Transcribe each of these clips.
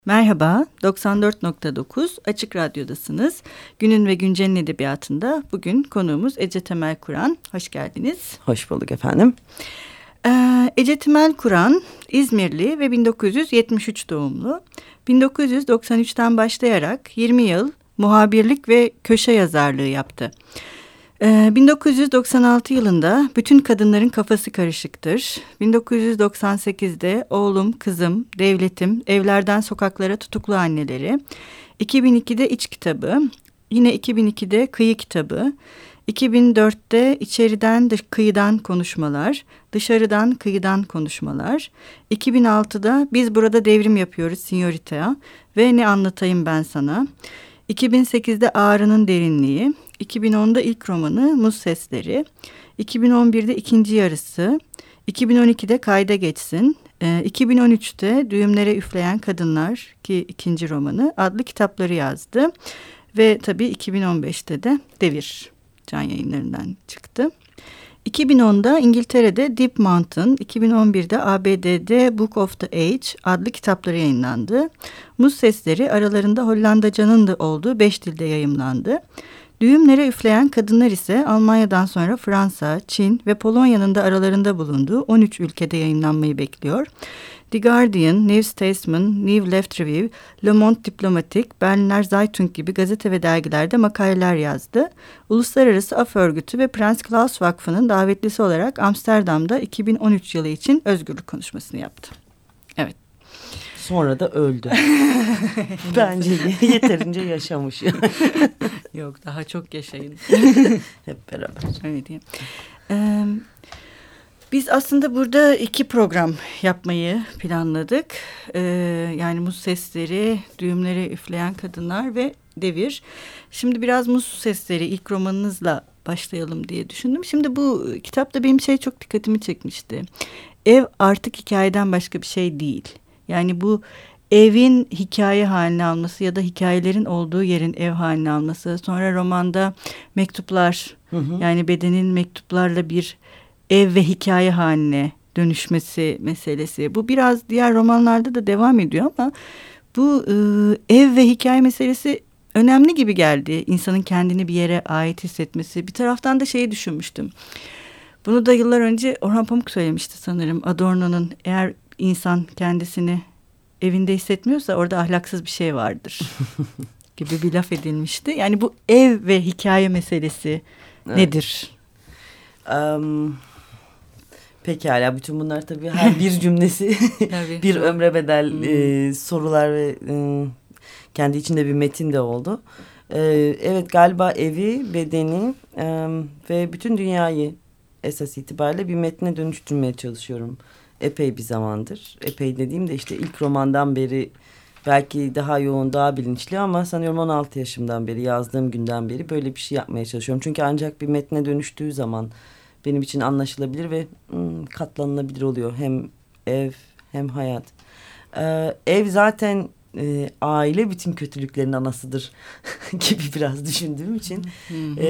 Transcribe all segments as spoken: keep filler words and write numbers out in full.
Merhaba, doksan dört nokta dokuz Açık Radyo'dasınız. Günün ve Güncel'in edebiyatında bugün konuğumuz Ece Temel Kur'an. Hoş geldiniz. Hoş bulduk efendim. Ee, Ece Temel Kur'an, İzmirli ve bin dokuz yüz yetmiş üç doğumlu. bin dokuz yüz doksan üçten başlayarak yirmi yıl muhabirlik ve köşe yazarlığı yaptı. bin dokuz yüz doksan altı yılında Bütün Kadınların Kafası Karışıktır. bin dokuz yüz doksan sekizde Oğlum, Kızım, Devletim, Evlerden Sokaklara Tutuklu Anneleri. iki bin ikide İç Kitabı. Yine iki bin ikide Kıyı Kitabı. iki bin dörtte İçeriden Dış Kıyıdan Konuşmalar. Dışarıdan Kıyıdan Konuşmalar. iki bin altıda Biz Burada Devrim Yapıyoruz Sinyorita ve Ne Anlatayım Ben Sana. iki bin sekizde Ağrı'nın Derinliği, iki bin onda ilk romanı Muz Sesleri, iki bin on birde ikinci yarısı, iki bin on ikide Kayda Geçsin, iki bin on üçte Düğümlere Üfleyen Kadınlar ki ikinci romanı adlı kitapları yazdı. Ve tabii iki bin on beşte de Devir Can Yayınları'ndan çıktı. iki bin onda İngiltere'de Deep Mountain, iki bin on birde A B D'de Book of the Age adlı kitapları yayınlandı. Muz Sesleri aralarında Hollandaca'nın da olduğu beş dilde yayımlandı. Düğümlere Üfleyen Kadınlar ise Almanya'dan sonra Fransa, Çin ve Polonya'nın da aralarında bulunduğu on üç ülkede yayınlanmayı bekliyor. The Guardian, New Statesman, New Left Review, Le Monde Diplomatique, Berliner Zeitung gibi gazete ve dergilerde makaleler yazdı. Uluslararası Af Örgütü ve Prens Klaus Vakfı'nın davetlisi olarak Amsterdam'da iki bin on üç yılı için özgürlük konuşmasını yaptı. Evet. Sonra da öldü. Bence yeterince yaşamış. Yok, daha çok yaşayın. Hep beraber. Öyle diyeyim. Ee, Biz aslında burada iki program yapmayı planladık. Ee, yani Muz Sesleri, Düğümlere Üfleyen Kadınlar ve Devir. Şimdi biraz Muz Sesleri ilk romanınızla başlayalım diye düşündüm. Şimdi bu kitapta benim şey çok dikkatimi çekmişti. Ev artık hikayeden başka bir şey değil. Yani bu evin hikaye haline alması ya da hikayelerin olduğu yerin ev haline alması. Sonra romanda mektuplar, hı hı. yani bedenin mektuplarla bir ev ve hikaye haline dönüşmesi meselesi. Bu biraz diğer romanlarda da devam ediyor ama bu e, ev ve hikaye meselesi önemli gibi geldi. İnsanın kendini bir yere ait hissetmesi. Bir taraftan da şeyi düşünmüştüm. Bunu da yıllar önce Orhan Pamuk söylemişti sanırım. Adorno'nun eğer insan kendisini evinde hissetmiyorsa orada ahlaksız bir şey vardır gibi bir laf edilmişti. Yani bu ev ve hikaye meselesi evet. nedir? Um... Pekala, bütün bunlar tabii her bir cümlesi bir ömre bedel hmm. e, sorular ve e, kendi içinde bir metin de oldu. E, evet, galiba evi, bedeni e, ve bütün dünyayı esas itibariyle bir metne dönüştürmeye çalışıyorum. Epey bir zamandır. Epey dediğim de işte ilk romandan beri belki daha yoğun, daha bilinçli ama sanıyorum on altı yaşımdan beri, yazdığım günden beri böyle bir şey yapmaya çalışıyorum. Çünkü ancak bir metne dönüştüğü zaman benim için anlaşılabilir ve hmm, katlanılabilir oluyor. Hem ev hem hayat. Ee, ev zaten e, aile bütün kötülüklerin anasıdır gibi biraz düşündüğüm için. e,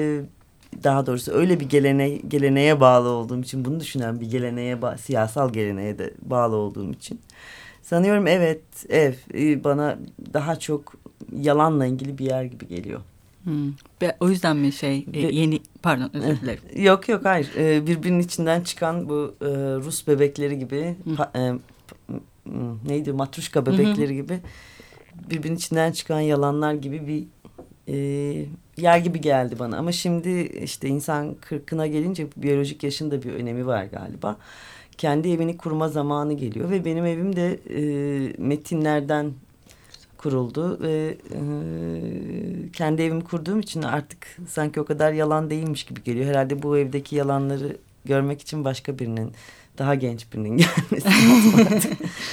daha doğrusu öyle bir gelene, geleneğe bağlı olduğum için, bunu düşünen bir geleneğe, siyasal geleneğe de bağlı olduğum için. Sanıyorum evet, ev e, bana daha çok yalanla ilgili bir yer gibi geliyor. Hmm. O yüzden mi şey e, yeni pardon özür dilerim. Yok yok hayır ee, birbirinin içinden çıkan bu e, Rus bebekleri gibi pa, e, neydi matruşka bebekleri gibi birbirinin içinden çıkan yalanlar gibi bir e, yer gibi geldi bana. Ama şimdi işte insan kırkına gelince biyolojik yaşın da bir önemi var galiba. Kendi evini kurma zamanı geliyor ve benim evim de e, metinlerden kuruldu ve e, kendi evimi kurduğum için artık sanki o kadar yalan değilmiş gibi geliyor. Herhalde bu evdeki yalanları görmek için başka birinin, daha genç birinin gelmesi lazım.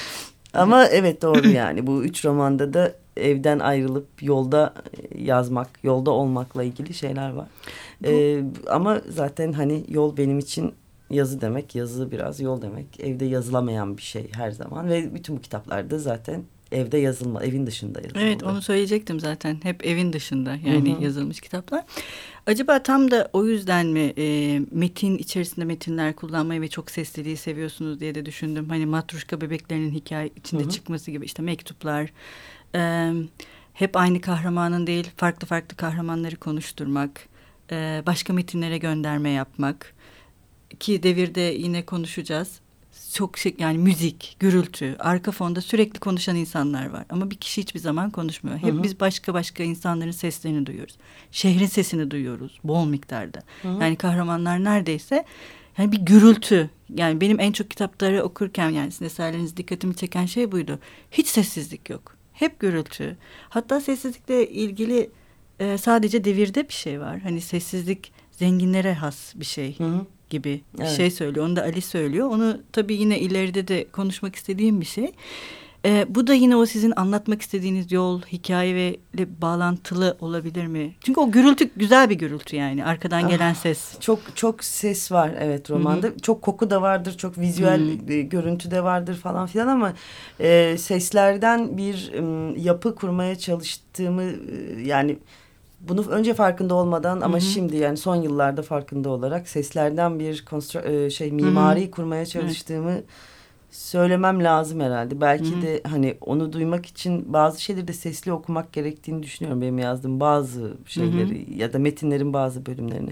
Ama evet doğru yani bu üç romanda da evden ayrılıp yolda yazmak, yolda olmakla ilgili şeyler var. Bu... E, ama zaten hani yol benim için yazı demek, yazı biraz yol demek. Evde yazılamayan bir şey her zaman ve bütün bu kitaplarda zaten evde yazılma, evin dışında yazıldı. Evet, onu söyleyecektim zaten. Hep evin dışında yani hı hı. yazılmış kitaplar. Acaba tam da o yüzden mi e, metin içerisinde metinler kullanmayı ve çok sesliliği seviyorsunuz diye de düşündüm. Hani matruşka bebeklerinin hikaye içinde hı hı. çıkması gibi, işte mektuplar. E, hep aynı kahramanın değil, farklı farklı kahramanları konuşturmak. E, başka metinlere gönderme yapmak. Ki devirde yine konuşacağız. Çok şey, yani müzik, gürültü, arka fonda sürekli konuşan insanlar var. Ama bir kişi hiçbir zaman konuşmuyor. Hep hı hı. biz başka başka insanların seslerini duyuyoruz. Şehrin sesini duyuyoruz bol miktarda. Hı hı. Yani kahramanlar neredeyse yani bir gürültü. Yani benim en çok kitapları okurken, yani sizin eserleriniz dikkatimi çeken şey buydu. Hiç sessizlik yok. Hep gürültü. Hatta sessizlikle ilgili e, sadece devirde bir şey var. Hani sessizlik zenginlere has bir şey. Hı hı. gibi bir evet. şey söylüyor. Onu da Ali söylüyor. Onu tabii yine ileride de konuşmak istediğim bir şey. Ee, bu da yine o sizin anlatmak istediğiniz yol, hikayeyle bağlantılı olabilir mi? Çünkü o gürültü güzel bir gürültü yani. Arkadan ah, gelen ses. Çok çok ses var evet romanda. Hı-hı. Çok koku da vardır, çok vizüel Hı-hı. görüntü de vardır falan filan ama e, seslerden bir e, yapı kurmaya çalıştığımı e, yani... Bunu önce farkında olmadan ama Hı-hı. şimdi yani son yıllarda farkında olarak seslerden bir konstra- şey mimari Hı-hı. kurmaya çalıştığımı evet. söylemem lazım herhalde. Belki Hı-hı. de hani onu duymak için bazı şeyleri de sesli okumak gerektiğini düşünüyorum. Benim yazdığım bazı şeyleri Hı-hı. ya da metinlerin bazı bölümlerini.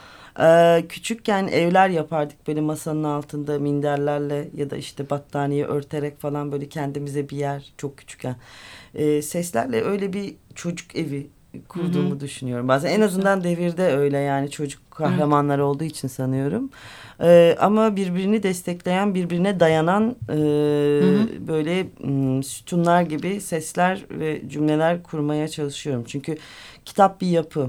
Ee, küçükken evler yapardık böyle masanın altında minderlerle ya da işte battaniye örterek falan böyle kendimize bir yer çok küçükken. Ee, seslerle öyle bir çocuk evi kurduğumu Hı-hı. düşünüyorum. Bazen en azından devirde öyle yani çocuk kahramanlar evet. olduğu için sanıyorum. Ee, ama birbirini destekleyen, birbirine dayanan e, böyle m, sütunlar gibi sesler ve cümleler kurmaya çalışıyorum. Çünkü kitap bir yapı.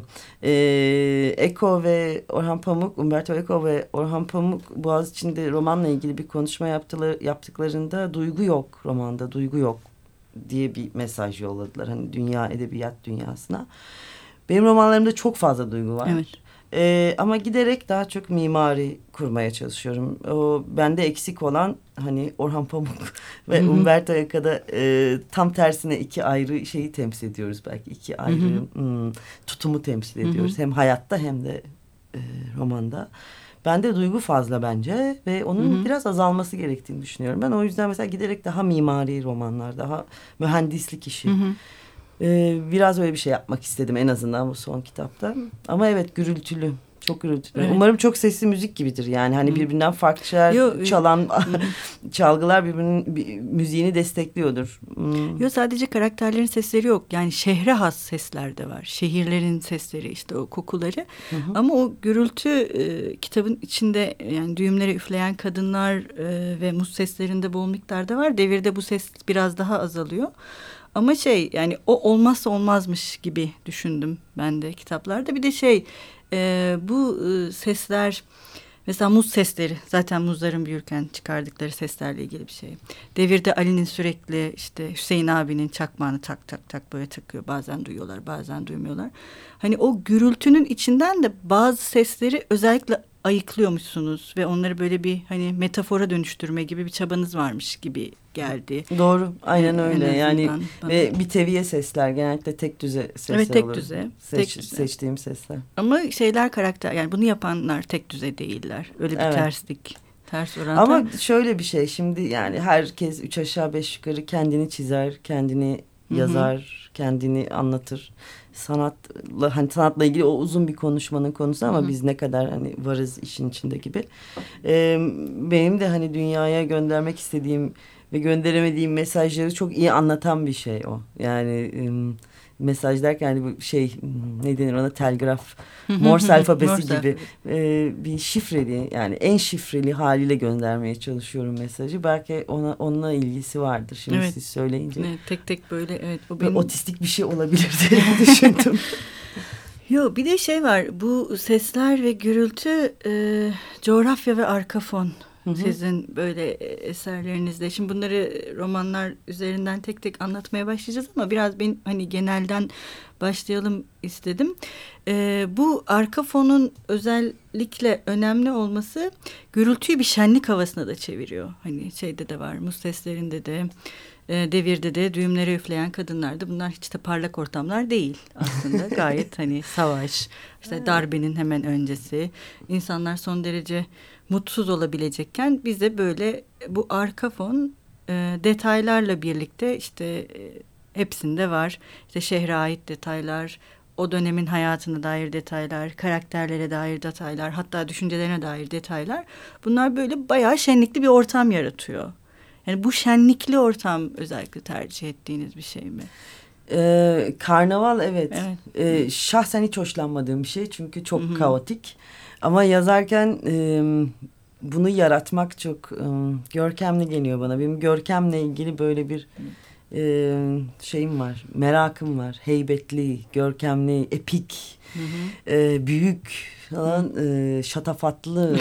Ee, Eko ve Orhan Pamuk, Umberto Eco ve Orhan Pamuk Boğaziçi'nde romanla ilgili bir konuşma yaptılar, yaptıklarında duygu yok romanda, duygu yok diye bir mesaj yolladılar. Hani dünya, edebiyat dünyasına. Benim romanlarımda çok fazla duygu var. Evet. Ee, ama giderek daha çok mimari kurmaya çalışıyorum. O bende eksik olan hani Orhan Pamuk ve Hı-hı. Umberto Eco'da e, tam tersine iki ayrı şeyi temsil ediyoruz belki. İki ayrı hmm, tutumu temsil ediyoruz. Hı-hı. Hem hayatta hem de e, romanda. Bende duygu fazla bence ve onun Hı-hı. biraz azalması gerektiğini düşünüyorum. Ben o yüzden mesela giderek daha mimari romanlar, daha mühendislik işi. Hı-hı. Ee, biraz öyle bir şey yapmak istedim en azından bu son kitapta. Ama evet gürültülü, çok gürültülü. Evet. Umarım çok sesli müzik gibidir yani. Hani Hı-hı. birbirinden farklı şeyler Yo, çalan çalgılar birbirinin bir, müziğini destekliyordur. Hmm. Yok sadece karakterlerin sesleri yok. Yani şehre has sesler de var. Şehirlerin sesleri işte o kokuları. Hı-hı. Ama o gürültü e, kitabın içinde yani düğümlere üfleyen kadınlar e, ve muz seslerinde bol miktarda var. Devirde bu ses biraz daha azalıyor. Ama şey yani o olmazsa olmazmış gibi düşündüm ben de kitaplarda. Bir de şey e, bu e, sesler mesela muz sesleri zaten muzların büyürken çıkardıkları seslerle ilgili bir şey. Devirde Ali'nin sürekli işte Hüseyin abinin çakmağını tak tak tak böyle takıyor. Bazen duyuyorlar bazen duymuyorlar. Hani o gürültünün içinden de bazı sesleri özellikle ayıklıyormuşsunuz ve onları böyle bir hani metafora dönüştürme gibi bir çabanız varmış gibi geldi. Doğru, aynen öyle. Yani bana. Ve bir teviye sesler, genellikle tek düze sesler evet, tek olur. düze, Seç, tek düze. Seçtiğim sesler. Ama şeyler karakter, yani bunu yapanlar tek düze değiller. Öyle bir evet. terslik, ters orantı. Ama şöyle bir şey, şimdi yani herkes üç aşağı beş yukarı kendini çizer, kendini yazar, Hı-hı. kendini anlatır. Sanatla hani sanatla ilgili o uzun bir konuşmanın konusu ama Hı-hı. biz ne kadar hani varız işin içinde gibi. Ee, benim de hani dünyaya göndermek istediğim ve gönderemediğim mesajları çok iyi anlatan bir şey o. Yani ım, mesaj derken hani bu şey ne denir ona, telgraf, Morse alfabesi Morse gibi e, bir şifreli, yani en şifreli haliyle göndermeye çalışıyorum mesajı. Belki ona onunla ilgisi vardır şimdi evet. siz söyleyince. Evet, tek tek böyle evet. O benim... Otistik bir şey olabilir diye düşündüm. Yok, bir de şey var, bu sesler ve gürültü e, coğrafya ve arka fon. Hı hı. Sizin böyle eserlerinizde. Şimdi bunları romanlar üzerinden tek tek anlatmaya başlayacağız ama biraz ben hani genelden başlayalım istedim. Ee, bu arka fonun özellikle önemli olması gürültüyü bir şenlik havasına da çeviriyor. Hani şeyde de var, muz seslerinde de, e, devirde de düğümleri üfleyen kadınlardı. Bunlar hiç de parlak ortamlar değil aslında. Gayet hani savaş, işte darbenin hemen öncesi. İnsanlar son derece mutsuz olabilecekken bize böyle bu arka fon e, detaylarla birlikte işte e, hepsinde var. İşte şehre ait detaylar, o dönemin hayatına dair detaylar, karakterlere dair detaylar, hatta düşüncelerine dair detaylar. Bunlar böyle bayağı şenlikli bir ortam yaratıyor. Yani bu şenlikli ortam özellikle tercih ettiğiniz bir şey mi? Ee, karnaval evet. evet. Ee, şahsen hiç hoşlanmadığım bir şey çünkü çok Hı-hı. kaotik. Ama yazarken e, bunu yaratmak çok e, görkemli geliyor bana. Benim görkemle ilgili böyle bir e, şeyim var, merakım var. Heybetli, görkemli, epik, e, büyük falan, e, şatafatlı.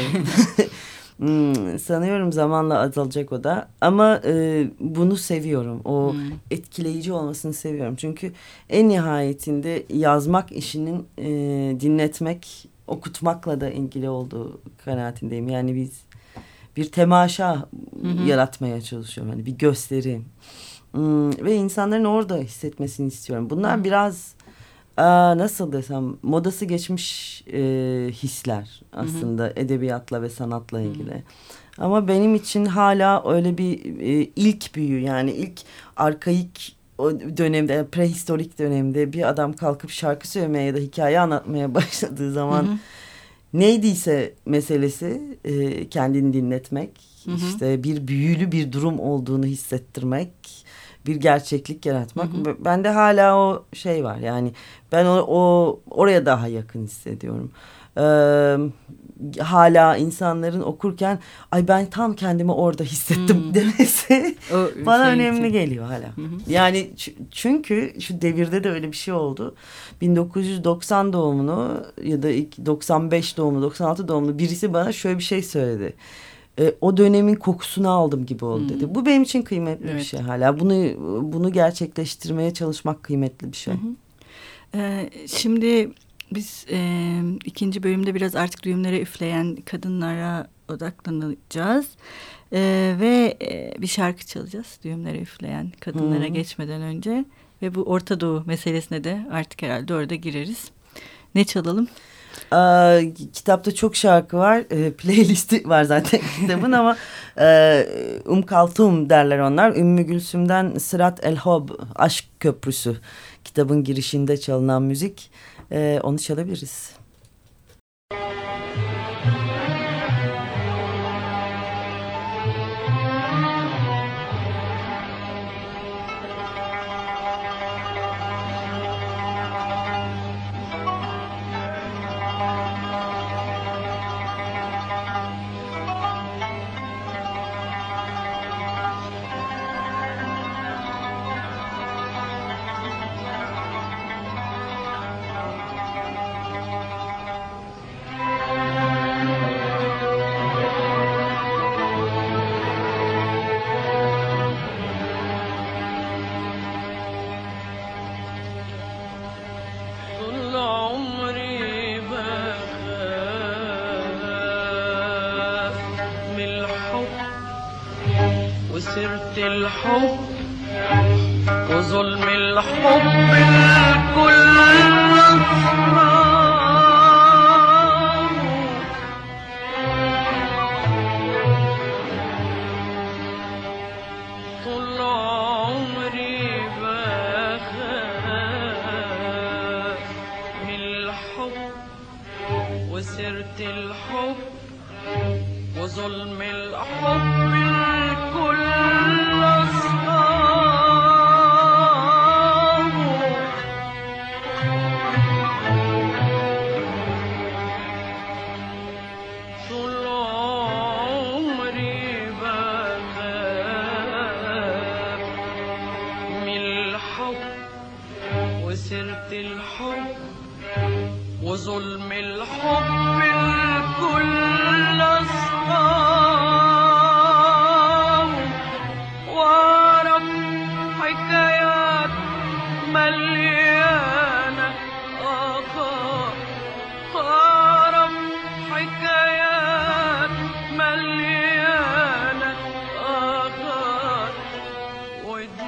Hmm, sanıyorum zamanla azalacak o da ama e, bunu seviyorum, o hmm. etkileyici olmasını seviyorum çünkü en nihayetinde yazmak işinin e, dinletmek, okutmakla da ilgili olduğu kanaatindeyim. Yani biz bir temaşa hmm. yaratmaya çalışıyorum, hani bir gösteri hmm, ve insanların orada hissetmesini istiyorum. Bunlar hmm. biraz Aa, nasıl desem modası geçmiş e, hisler aslında, hı hı. edebiyatla ve sanatla ilgili. Hı hı. Ama benim için hala öyle bir e, ilk büyü, yani ilk arkaik o dönemde, prehistorik dönemde bir adam kalkıp şarkı söylemeye ya da hikaye anlatmaya başladığı zaman hı hı. neydiyse meselesi e, kendini dinletmek, hı hı. işte bir büyülü bir durum olduğunu hissettirmek, bir gerçeklik yaratmak. Hı hı. Bende hala o şey var. Yani ben o, o oraya daha yakın hissediyorum. Ee, hala insanların okurken ay ben tam kendimi orada hissettim hmm. demesi o bana şey önemli için. Geliyor hala. Hı hı. Yani çünkü şu devirde de öyle bir şey oldu. bin dokuz yüz doksan doğumlu ya da doksan beş doğumlu, doksan altı doğumlu birisi bana şöyle bir şey söyledi. E, o dönemin kokusunu aldım gibi oldu dedi. Hmm. Bu benim için kıymetli evet. bir şey hala. Bunu bunu gerçekleştirmeye çalışmak kıymetli bir şey. Hı hı. Ee, şimdi biz e, ikinci bölümde biraz artık düğümlere üfleyen kadınlara odaklanacağız. Ee, ve e, bir şarkı çalacağız. Düğümlere üfleyen kadınlara hmm. geçmeden önce. Ve bu Orta Doğu meselesine de artık herhalde orada gireriz. Ne çalalım? Ee, kitapta çok şarkı var. Ee, playlisti var zaten kitabın ama e, Um Kaltum derler onlar. Ümmü Gülsüm'den Sırat El Hob, Aşk Köprüsü kitabın girişinde çalınan müzik. Ee, onu çalabiliriz. وسيرة الحب وظلم الحب الكل أسرار طول عمري بخاف من الحب وسيرة الحب وظلم الحب الكل أصحابه طول عمري بخاف من الحب وسيرة الحب وظلم الحب الكل أصحاب وأعرف حكايات مليانة آخر أعرف حكايات مليانة آخر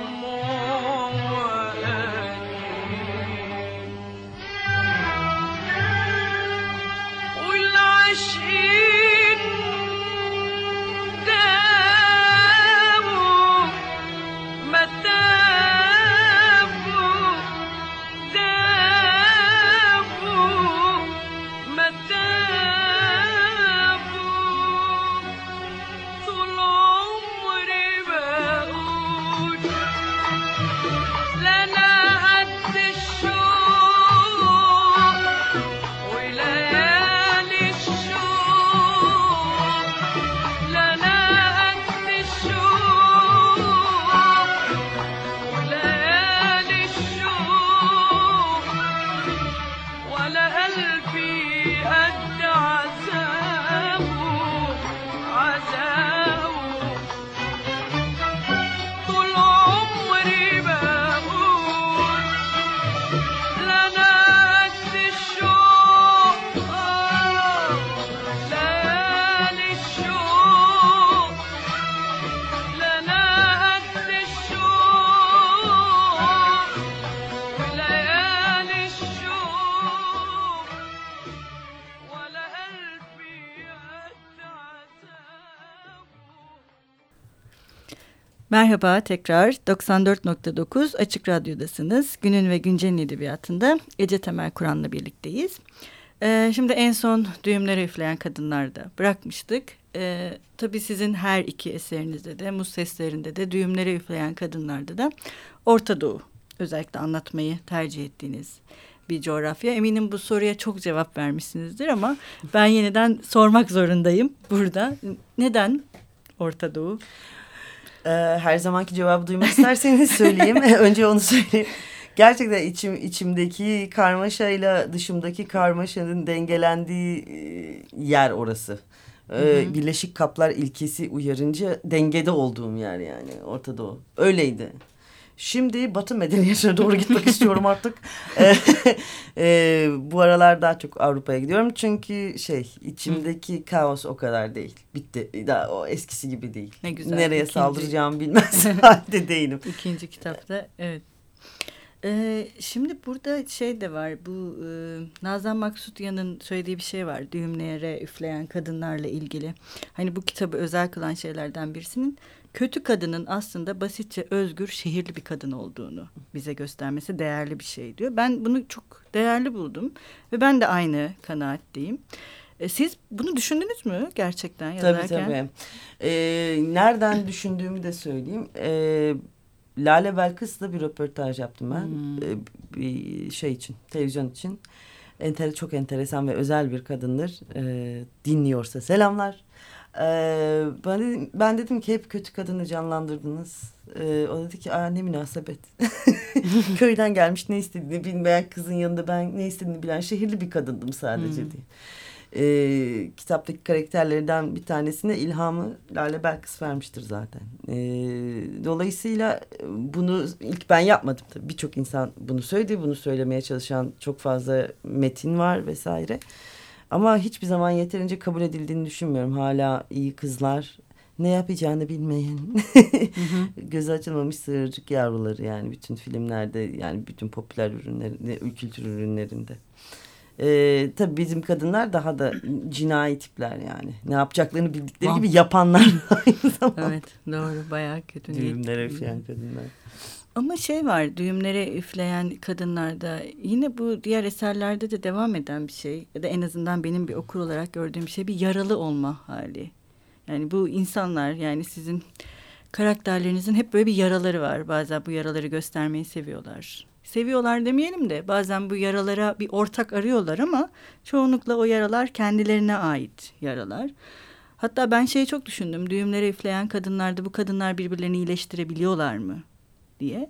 Merhaba tekrar doksan dört nokta dokuz Açık Radyo'dasınız. Günün ve Güncel'in edebiyatında Ece Temel Kur'an'la birlikteyiz. Ee, şimdi en son Düğümleri Üfleyen Kadınlar'da bırakmıştık. Ee, tabii sizin her iki eserinizde de, Muz Seslerinde de, Düğümleri Üfleyen Kadınlar'da da Orta Doğu özellikle anlatmayı tercih ettiğiniz bir coğrafya. Eminim bu soruya çok cevap vermişsinizdir ama ben yeniden sormak zorundayım burada. Neden Orta Doğu? Her zamanki cevabı duymak isterseniz söyleyeyim. Önce onu söyleyeyim. Gerçekten içim içimdeki karmaşayla dışımdaki karmaşanın dengelendiği yer orası. Hı hı. Birleşik Kaplar ilkesi uyarınca dengede olduğum yer yani Orta Doğu. Öyleydi. Şimdi Batı medeniyetine doğru gitmek istiyorum artık. e, bu aralar daha çok Avrupa'ya gidiyorum. Çünkü şey içimdeki kaos o kadar değil. Bitti. Daha o eskisi gibi değil. Ne güzel. Nereye İkinci... saldıracağımı bilmez halde değilim. İkinci kitapta evet. Ee, şimdi burada şey de var. Bu e, Nazan Maksutyan'ın söylediği bir şey var. Düğümlere üfleyen kadınlarla ilgili. Hani bu kitabı özel kılan şeylerden birisinin kötü kadının aslında basitçe özgür, şehirli bir kadın olduğunu bize göstermesi değerli bir şey diyor. Ben bunu çok değerli buldum ve ben de aynı kanaatteyim. E, siz bunu düşündünüz mü gerçekten yazarken? Tabii tabii. Ee, nereden düşündüğümü de söyleyeyim. Ee, Lale Belkıs'la bir röportaj yaptım ben. Hmm. Ee, bir şey için, televizyon için. Enter, çok enteresan ve özel bir kadındır. Ee, dinliyorsa selamlar. Ee, ben, dedim, ben dedim ki hep kötü kadını canlandırdınız. Ee, o dedi ki aa ne münasebet. Köyden gelmiş, ne istediğini bilmeyen kızın yanında ben ne istediğini bilen şehirli bir kadındım sadece hmm. diye. Ee, kitaptaki karakterlerden bir tanesine ilhamı Lale Belkıs vermiştir zaten. Ee, dolayısıyla bunu ilk ben yapmadım tabii. Birçok insan bunu söyledi. Bunu söylemeye çalışan çok fazla metin var vesaire. Ama hiçbir zaman yeterince kabul edildiğini düşünmüyorum. Hala iyi kızlar, ne yapacağını bilmeyen, gözü açılmamış sığırcık yavruları yani bütün filmlerde, yani bütün popüler ürünler, kültür ürünlerinde. Ee, tabii bizim kadınlar daha da cinayi tipler yani. Ne yapacaklarını bildikleri gibi yapanlar aynı zamanda. Evet, doğru, bayağı kötü. Düğümlere üfleyen kadınlar. Ama şey var, düğümlere üfleyen kadınlarda yine bu diğer eserlerde de devam eden bir şey. Ya da en azından benim bir okur olarak gördüğüm şey bir yaralı olma hali. Yani bu insanlar, yani sizin karakterlerinizin hep böyle bir yaraları var. Bazen bu yaraları göstermeyi seviyorlar. Seviyorlar demeyelim de bazen bu yaralara bir ortak arıyorlar ama çoğunlukla o yaralar kendilerine ait yaralar. Hatta ben şeyi çok düşündüm. Düğümlere üfleyen kadınlarda bu kadınlar birbirlerini iyileştirebiliyorlar mı diye.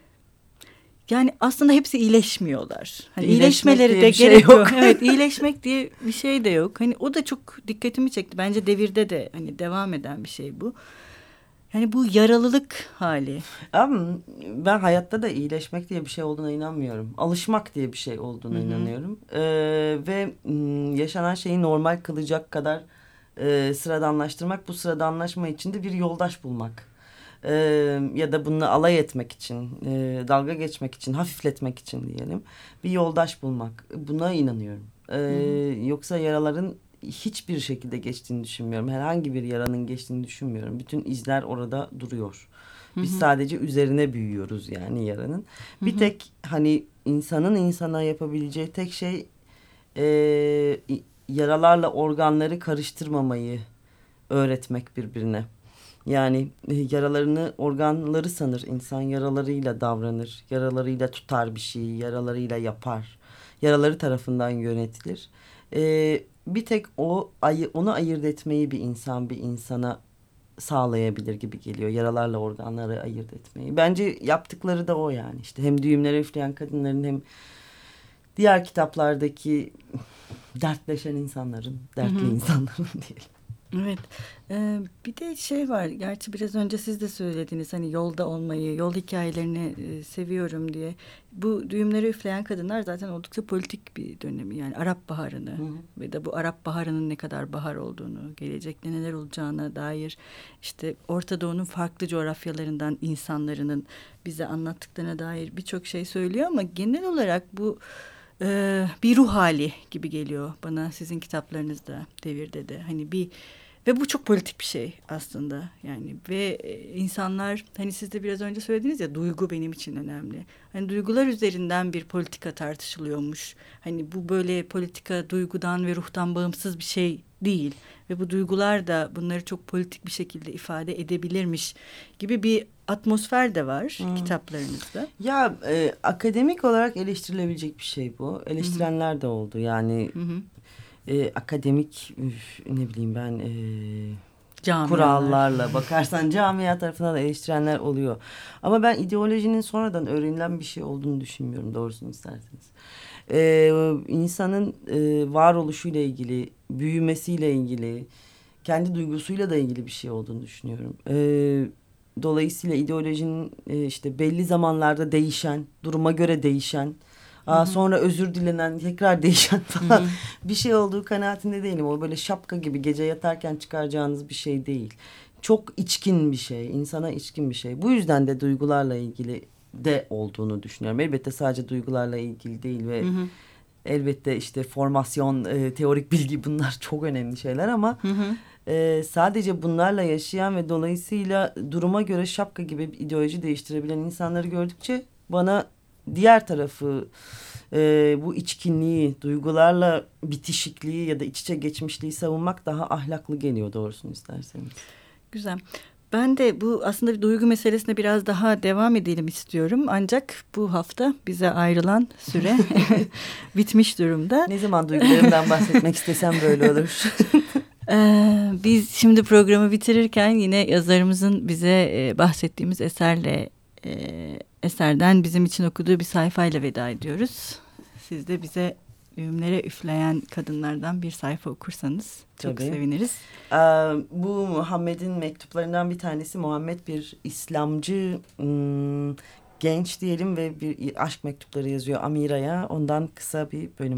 Yani aslında hepsi iyileşmiyorlar. Hani iyileşmeleri de gerek yok. yok. Evet, iyileşmek diye bir şey de yok. Hani o da çok dikkatimi çekti. Bence devirde de hani devam eden bir şey bu. Yani bu yaralılık hali. Ama ben hayatta da iyileşmek diye bir şey olduğuna inanmıyorum. Alışmak diye bir şey olduğuna Hı-hı. inanıyorum. Ee, ve yaşanan şeyi normal kılacak kadar e, sıradanlaştırmak, bu sıradanlaşma için de bir yoldaş bulmak. Ee, ya da bununla alay etmek için, e, dalga geçmek için, hafifletmek için diyelim. Bir yoldaş bulmak. Buna inanıyorum. Ee, yoksa yaraların hiçbir şekilde geçtiğini düşünmüyorum. Herhangi bir yaranın geçtiğini düşünmüyorum. Bütün izler orada duruyor. Biz hı hı. sadece üzerine büyüyoruz yani yaranın. Hı hı. Bir tek hani insanın insana yapabileceği tek şey e, yaralarla organları karıştırmamayı öğretmek birbirine. Yani e, yaralarını organları sanır. İnsan yaralarıyla davranır. Yaralarıyla tutar bir şeyi. Yaralarıyla yapar. Yaraları tarafından yönetilir. Eee Bir tek o onu ayırt etmeyi bir insan bir insana sağlayabilir gibi geliyor. Yaralarla organları ayırt etmeyi. Bence yaptıkları da o yani. İşte hem düğümlere üfleyen kadınların hem diğer kitaplardaki dertleşen insanların, dertli Hı-hı. insanların diyelim. Evet. Ee, bir de şey var. Gerçi biraz önce siz de söylediniz. Hani yolda olmayı, yol hikayelerini e, seviyorum diye. Bu düğümleri üfleyen kadınlar zaten oldukça politik bir dönemi. Yani Arap Baharı'nı Hı-hı. ve de bu Arap Baharı'nın ne kadar bahar olduğunu, gelecekte neler olacağına dair işte Orta Doğu'nun farklı coğrafyalarından insanların bize anlattıklarına dair birçok şey söylüyor ama genel olarak bu e, bir ruh hali gibi geliyor bana sizin kitaplarınızda, devirde de. Hani bir Ve bu çok politik bir şey aslında yani ve insanlar hani siz de biraz önce söylediniz ya duygu benim için önemli. Hani duygular üzerinden bir politika tartışılıyormuş. Hani bu böyle politika duygudan ve ruhtan bağımsız bir şey değil. Ve bu duygular da bunları çok politik bir şekilde ifade edebilirmiş gibi bir atmosfer de var hmm. kitaplarınızda. Ya e, akademik olarak eleştirilebilecek bir şey bu. Eleştirenler hmm. de oldu yani... Hmm. E, akademik üf, ne bileyim ben e, kurallarla bakarsan camia tarafından da eleştirenler oluyor. Ama ben ideolojinin sonradan öğrenilen bir şey olduğunu düşünmüyorum doğrusunu isterseniz. E, insanın e, varoluşuyla ilgili, büyümesiyle ilgili, kendi duygusuyla da ilgili bir şey olduğunu düşünüyorum. E, dolayısıyla ideolojinin e, işte belli zamanlarda değişen, duruma göre değişen, Aa, sonra özür dilenen, tekrar değişen falan Hı-hı. bir şey olduğu kanaatinde değilim. O böyle şapka gibi gece yatarken çıkaracağınız bir şey değil. Çok içkin bir şey, insana içkin bir şey. Bu yüzden de duygularla ilgili de olduğunu düşünüyorum. Elbette sadece duygularla ilgili değil ve Hı-hı. elbette işte formasyon, e, teorik bilgi bunlar çok önemli şeyler ama e, sadece bunlarla yaşayan ve dolayısıyla duruma göre şapka gibi bir ideoloji değiştirebilen insanları gördükçe bana diğer tarafı e, bu içkinliği, duygularla bitişikliği ya da iç içe geçmişliği savunmak daha ahlaklı geliyor doğrusunu isterseniz. Güzel. Ben de bu aslında bir duygu meselesine biraz daha devam edelim istiyorum. Ancak bu hafta bize ayrılan süre bitmiş durumda. Ne zaman duygularımdan bahsetmek istesem böyle olur. Ee, biz şimdi programı bitirirken yine yazarımızın bize e, bahsettiğimiz eserle e, eserden bizim için okuduğu bir sayfayla veda ediyoruz. Siz de bize düğümlere üfleyen kadınlardan bir sayfa okursanız çok Tabii. seviniriz. Ee, bu Muhammed'in mektuplarından bir tanesi. Muhammed bir İslamcı ım, genç diyelim ve bir aşk mektupları yazıyor Amira'ya. Ondan kısa bir bölüm.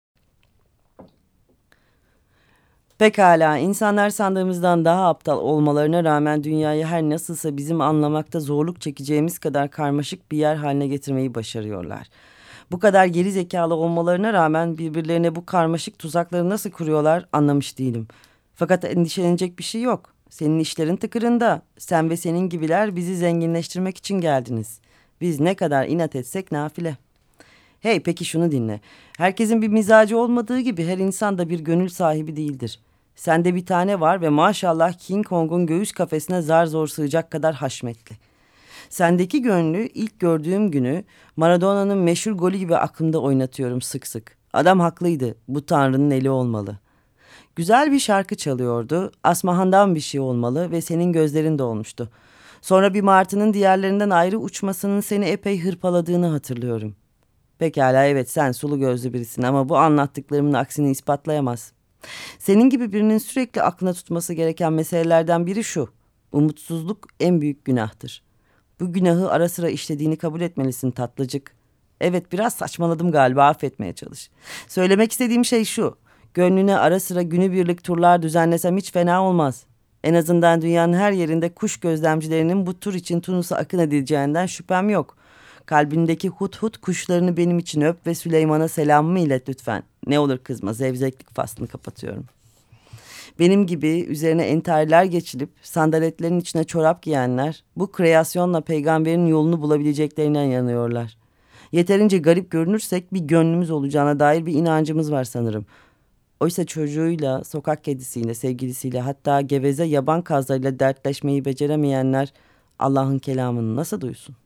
Pekala, insanlar sandığımızdan daha aptal olmalarına rağmen dünyayı her nasılsa bizim anlamakta zorluk çekeceğimiz kadar karmaşık bir yer haline getirmeyi başarıyorlar. Bu kadar geri zekalı olmalarına rağmen birbirlerine bu karmaşık tuzakları nasıl kuruyorlar anlamış değilim. Fakat endişelenecek bir şey yok. Senin işlerin tıkırında. Sen ve senin gibiler bizi zenginleştirmek için geldiniz. Biz ne kadar inat etsek nafile. Hey, peki şunu dinle. Herkesin bir mizacı olmadığı gibi her insan da bir gönül sahibi değildir. Sende bir tane var ve maşallah King Kong'un göğüs kafesine zar zor sığacak kadar haşmetli. Sendeki gönlü ilk gördüğüm günü Maradona'nın meşhur golü gibi aklımda oynatıyorum sık sık. Adam haklıydı. Bu Tanrı'nın eli olmalı. Güzel bir şarkı çalıyordu. Asmahan'dan bir şey olmalı ve senin gözlerin de olmuştu. Sonra bir martının diğerlerinden ayrı uçmasının seni epey hırpaladığını hatırlıyorum. Pekala, evet, sen sulu gözlü birisin ama bu anlattıklarımın aksini ispatlayamaz. Senin gibi birinin sürekli aklına tutması gereken meselelerden biri şu. Umutsuzluk en büyük günahtır. Bu günahı ara sıra işlediğini kabul etmelisin tatlıcık. Evet, biraz saçmaladım galiba, affetmeye çalış. Söylemek istediğim şey şu. Gönlüne ara sıra günübirlik turlar düzenlesem hiç fena olmaz. En azından dünyanın her yerinde kuş gözlemcilerinin bu tur için Tunus'a akın edileceğinden şüphem yok. Kalbindeki hut hut kuşlarını benim için öp ve Süleyman'a selamımı ilet lütfen. Ne olur kızma, zevzeklik faslını kapatıyorum. Benim gibi üzerine entariler geçilip sandaletlerin içine çorap giyenler bu kreasyonla peygamberin yolunu bulabileceklerinden yanıyorlar. Yeterince garip görünürsek bir gönlümüz olacağına dair bir inancımız var sanırım. Oysa çocuğuyla, sokak kedisiyle, sevgilisiyle, hatta geveze yaban kazlarıyla dertleşmeyi beceremeyenler Allah'ın kelamını nasıl duysun?